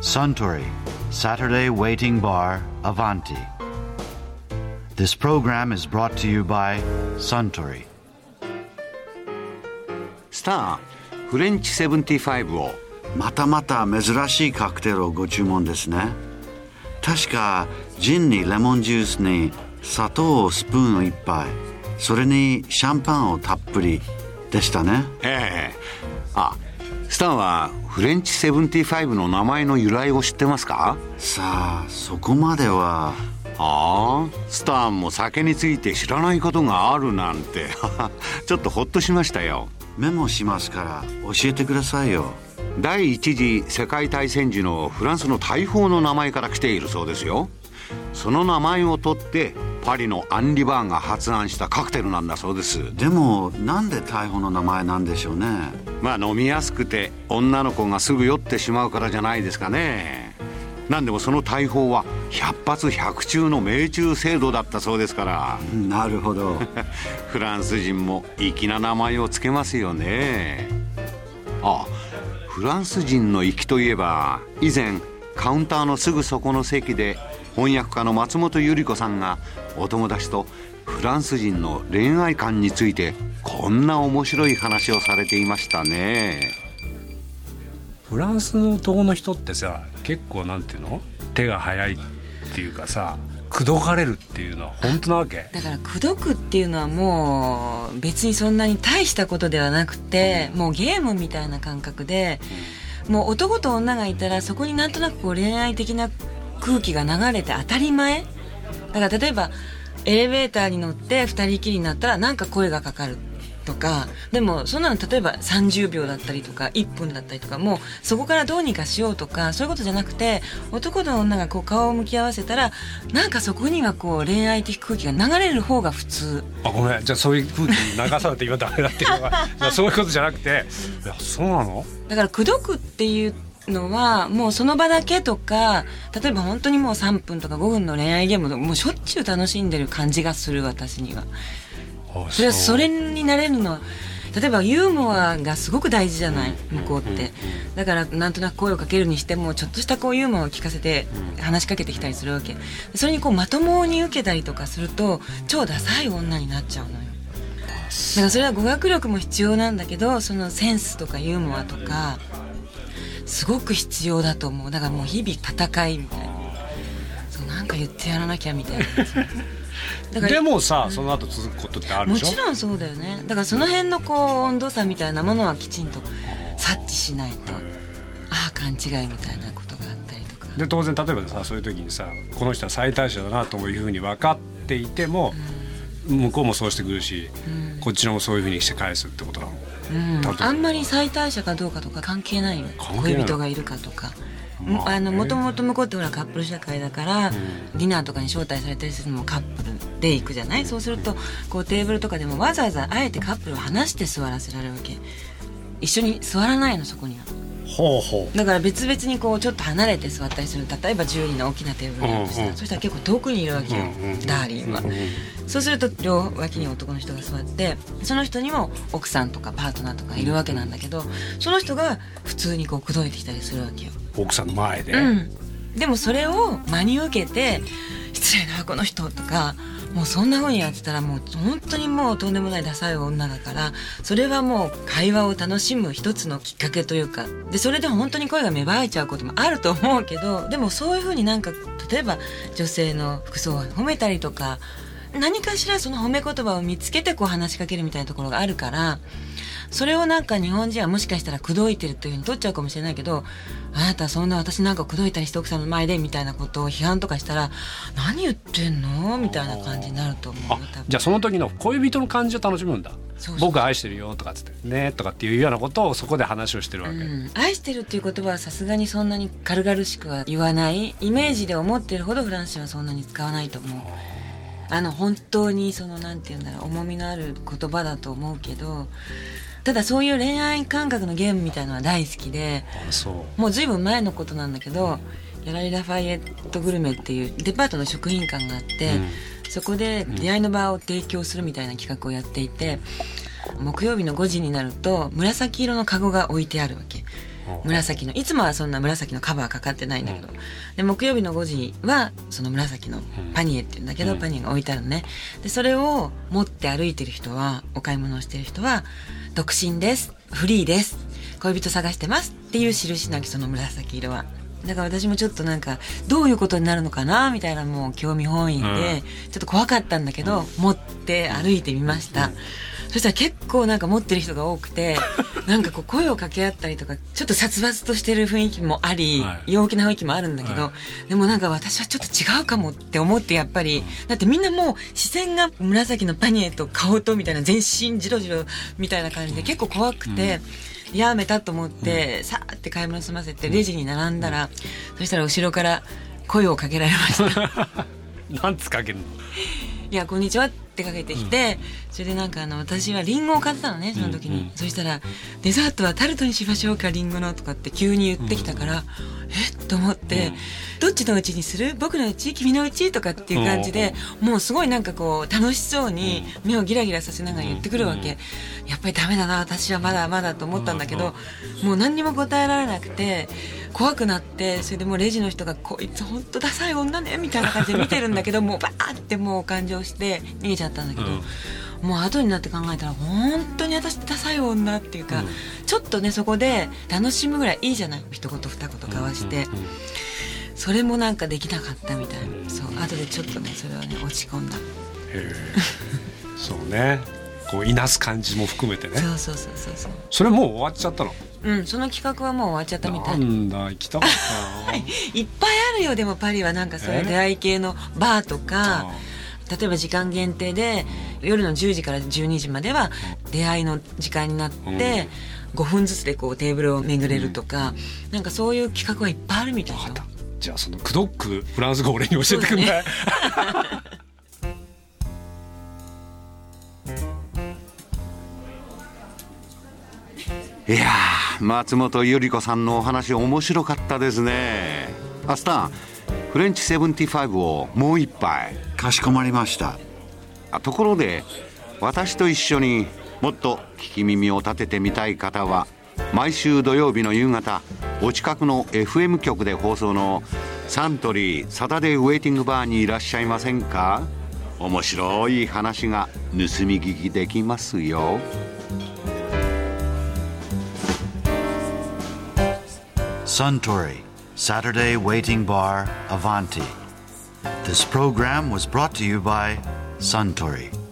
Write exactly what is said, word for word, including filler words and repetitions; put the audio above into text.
Suntory Saturday Waiting Bar Avanti. This program is brought to you by Suntory. スターフレンチセブンティファイブを。 またまた珍しいカクテルをご注文ですね。確かジンにレモンジュースに砂糖をスプーンいっぱい、それにシャンパンをたっぷりでしたね。 ええ。あ、スターはフレンチセブンティファイブの名前の由来を知ってますか？ さあ、そこまでは。 ああ、スターも酒について知らないことがあるなんてちょっとほっとしましたよ。 メモしますから教えてくださいよ。 第一次世界大戦時のフランスの大砲の名前から来ているそうですよ。その名前を取ってパリのアンリバーンが発案したカクテルなんだそうです。でもなんで大砲の名前なんでしょうね。 まあ飲みやすくて女の子がすぐ酔ってしまうからじゃないですかね。なんでもその大砲は百発百中の命中精度だったそうですから。 なるほどフランス人も粋な名前をつけますよね。あ、フランス人の粋といえば、以前カウンターのすぐそこの席で翻訳家の松本百合子さんがお友達とフランス人の恋愛観についてこんな面白い話をされていましたね。 フランスの男の人ってさ、結構なんていうの、手が早いっていうかさ、口説かれるっていうのは本当なわけ。 だから口説くっていうのはもう別にそんなに大したことではなくて、もうゲームみたいな感覚で、もう男と女がいたらそこになんとなくこう恋愛的な空気が流れて当たり前だから、例えばエレベーターに乗って二人きりになったらなんか声がかかるとか、でもそんなの例えばさんじゅうびょうだったりとかいっぷんだったりとか、もうそこからどうにかしようとか、そういうことじゃなくて、男と女がこう顔を向き合わせたらなんかそこにはこう恋愛的空気が流れる方が普通。 あ、ごめん、じゃあそういう空気に流されて今ダメだっていうのはそういうことじゃなくて、いや、そうなの？ だから口説くっていうのはもうその場だけとか、例えば本当にもうさんぷんとかごふんの恋愛ゲームでもうしょっちゅう楽しんでる感じがする、私には。それはそれになれるのは、例えばユーモアがすごく大事じゃない、向こうって。だからなんとなく声をかけるにしてもちょっとしたこうユーモアを聞かせて話しかけてきたりするわけ。それにこうまともに受けたりとかすると超ダサい女になっちゃうのよ。だからそれは語学力も必要なんだけど、そのセンスとかユーモアとかすごく必要だと思う。だからもう日々戦いみたいな、そうなんか言ってやらなきゃみたいなだからでもさ、うん、その後続くことってあるでしょ。 もちろんそうだよね。だからその辺のこう温度差みたいなものはきちんと察知しないと、ああ勘違いみたいなことがあったりとかで、当然例えばさ、そういう時にさ、この人は最大者だなというふうに分かっていても、うん、向こうもそうしてくるし、うん、こっちのもそういうふうにして返すってことなの。 うん、あんまり最大者かどうかとか関係ないよ。恋人がいるかとか、まあ、あのもともと向こうってほらカップル社会だから、うん、ディナーとかに招待されたりするのもカップルで行くじゃない。そうするとこうテーブルとかでもわざわざあえてカップルを離して座らせられるわけ。一緒に座らないの、そこには。 ほうほう。 だから別々にこうちょっと離れて座ったりする。例えばじゅうにんの大きなテーブルがあるとしたら、うんうん、そしたら結構遠くにいるわけよ、うんうん、ダーリンは、うんうん、そうすると両脇に男の人が座って、その人にも奥さんとかパートナーとかいるわけなんだけど、その人が普通にこう口説いてきたりするわけよ、 奥さんの前で、 うん、でもそれを真に受けて失礼なこの人とか、もうそんな風にやってたらもう本当にもうとんでもないダサい女だから、それはもう会話を楽しむ一つのきっかけというかで、それで本当に声が芽生えちゃうこともあると思うけど、でもそういう風になんか例えば女性の服装を褒めたりとか、何かしらその褒め言葉を見つけてこう話しかけるみたいなところがあるから、それをなんか日本人はもしかしたら口説いてるという風に取っちゃうかもしれないけど、あなたそんな私なんか口説いたりして奥さんの前でみたいなことを批判とかしたら、何言ってんのみたいな感じになると思う。 じゃあその時の恋人の感じを楽しむんだ。そうそうそう、僕愛してるよとかつってねとかっていうようなことをそこで話をしてるわけ、うん、 愛してるっていう言葉はさすがにそんなに軽々しくは言わない。イメージで思ってるほどフランス人はそんなに使わないと思う。あの本当にそのなんていうんだろう、重みのある言葉だと思うけど、ただそういう恋愛感覚のゲームみたいのは大好きで、 あ、そうもうずいぶん前のことなんだけど、ギャラリー・ラファイエットグルメっていうデパートの食品館があって、うん、そこで出会いの場を提供するみたいな企画をやっていて、木曜日のごじになると紫色のカゴが置いてあるわけ紫のいつもはそんな紫のカバーかかってないんだけど、うん、で木曜日のごじはその紫のパニエっていうんだけど、うん、パニエが置いてあるのね。でそれを持って歩いてる人は、お買い物をしてる人は独身です、フリーです、恋人探してますっていう印なき、その紫色は。だから私もちょっとなんかどういうことになるのかなみたいな、もう興味本位でちょっと怖かったんだけど、うん、持って歩いてみました、うん、そしたら結構なんか持ってる人が多くてなんかこう声を掛け合ったりとか、ちょっと殺伐としてる雰囲気もあり、はい、陽気な雰囲気もあるんだけど、はい、でもなんか私はちょっと違うかもって思って、やっぱりだってみんなもう視線が紫のパニエと顔とみたいな、全身ジロジロみたいな感じで結構怖くて、うん、やめたと思って、うん、さーって買い物済ませてレジに並んだら、うん、そしたら後ろから声をかけられましたなんつかけるの？ いやこんにちはってかけてきて、うん、それでなんかあの私はリンゴを買ってたのね、その時に、うんうん、そしたらデザートはタルトにしましょうかリンゴのとかって急に言ってきたから、うん、えっと思って、うん、どっちのうちにする？僕のうち？君のうち？とかっていう感じで、うん、もうすごいなんかこう楽しそうに目をギラギラさせながら言ってくるわけ、うん、やっぱりダメだな私はまだまだと思ったんだけど、うん、もう何にも答えられなくて怖くなって、それでもうレジの人がこいつ本当ダサい女ねみたいな感じで見てるんだけどもうバーってもう感情して逃げちゃったんだけど、うん、もう後になって考えたら本当に私ってダサい女っていうか、うん、ちょっとねそこで楽しむぐらいいいじゃない、一言二言交わして、うんうんうん、それもなんかできなかったみたいな、うん、そう後でちょっとねそれはね落ち込んだ。へそうね、こういなす感じも含めてね。 そうそうそうそうそう。 それもう終わっちゃったの？うん、 その企画はもう終わっちゃったみたい。 なんだ行きたかったな。 いっぱいあるよ。でもパリはなんかそういう出会い系のバーとか、例えば時間限定で夜のじゅうじからじゅうにじまでは出会いの時間になって、うん、ごふんずつでこうテーブルを巡れるとか、うん、なんかそういう企画はいっぱいあるみたいよ。 じゃあそのクドックフランス語俺に教えてくんない？ いやー、松本ゆり子さんのお話面白かったですね。アスタン、フレンチセブンティファイブをもう一杯。 かしこまりました。 あ、ところで私と一緒にもっと聞き耳を立ててみたい方は、毎週土曜日の夕方お近くの エフエム 局で放送のサントリーサタデーウェイティングバーにいらっしゃいませんか？面白い話が盗み聞きできますよ。 Suntory Saturday Waiting Bar Avanti. This program was brought to you by Suntory.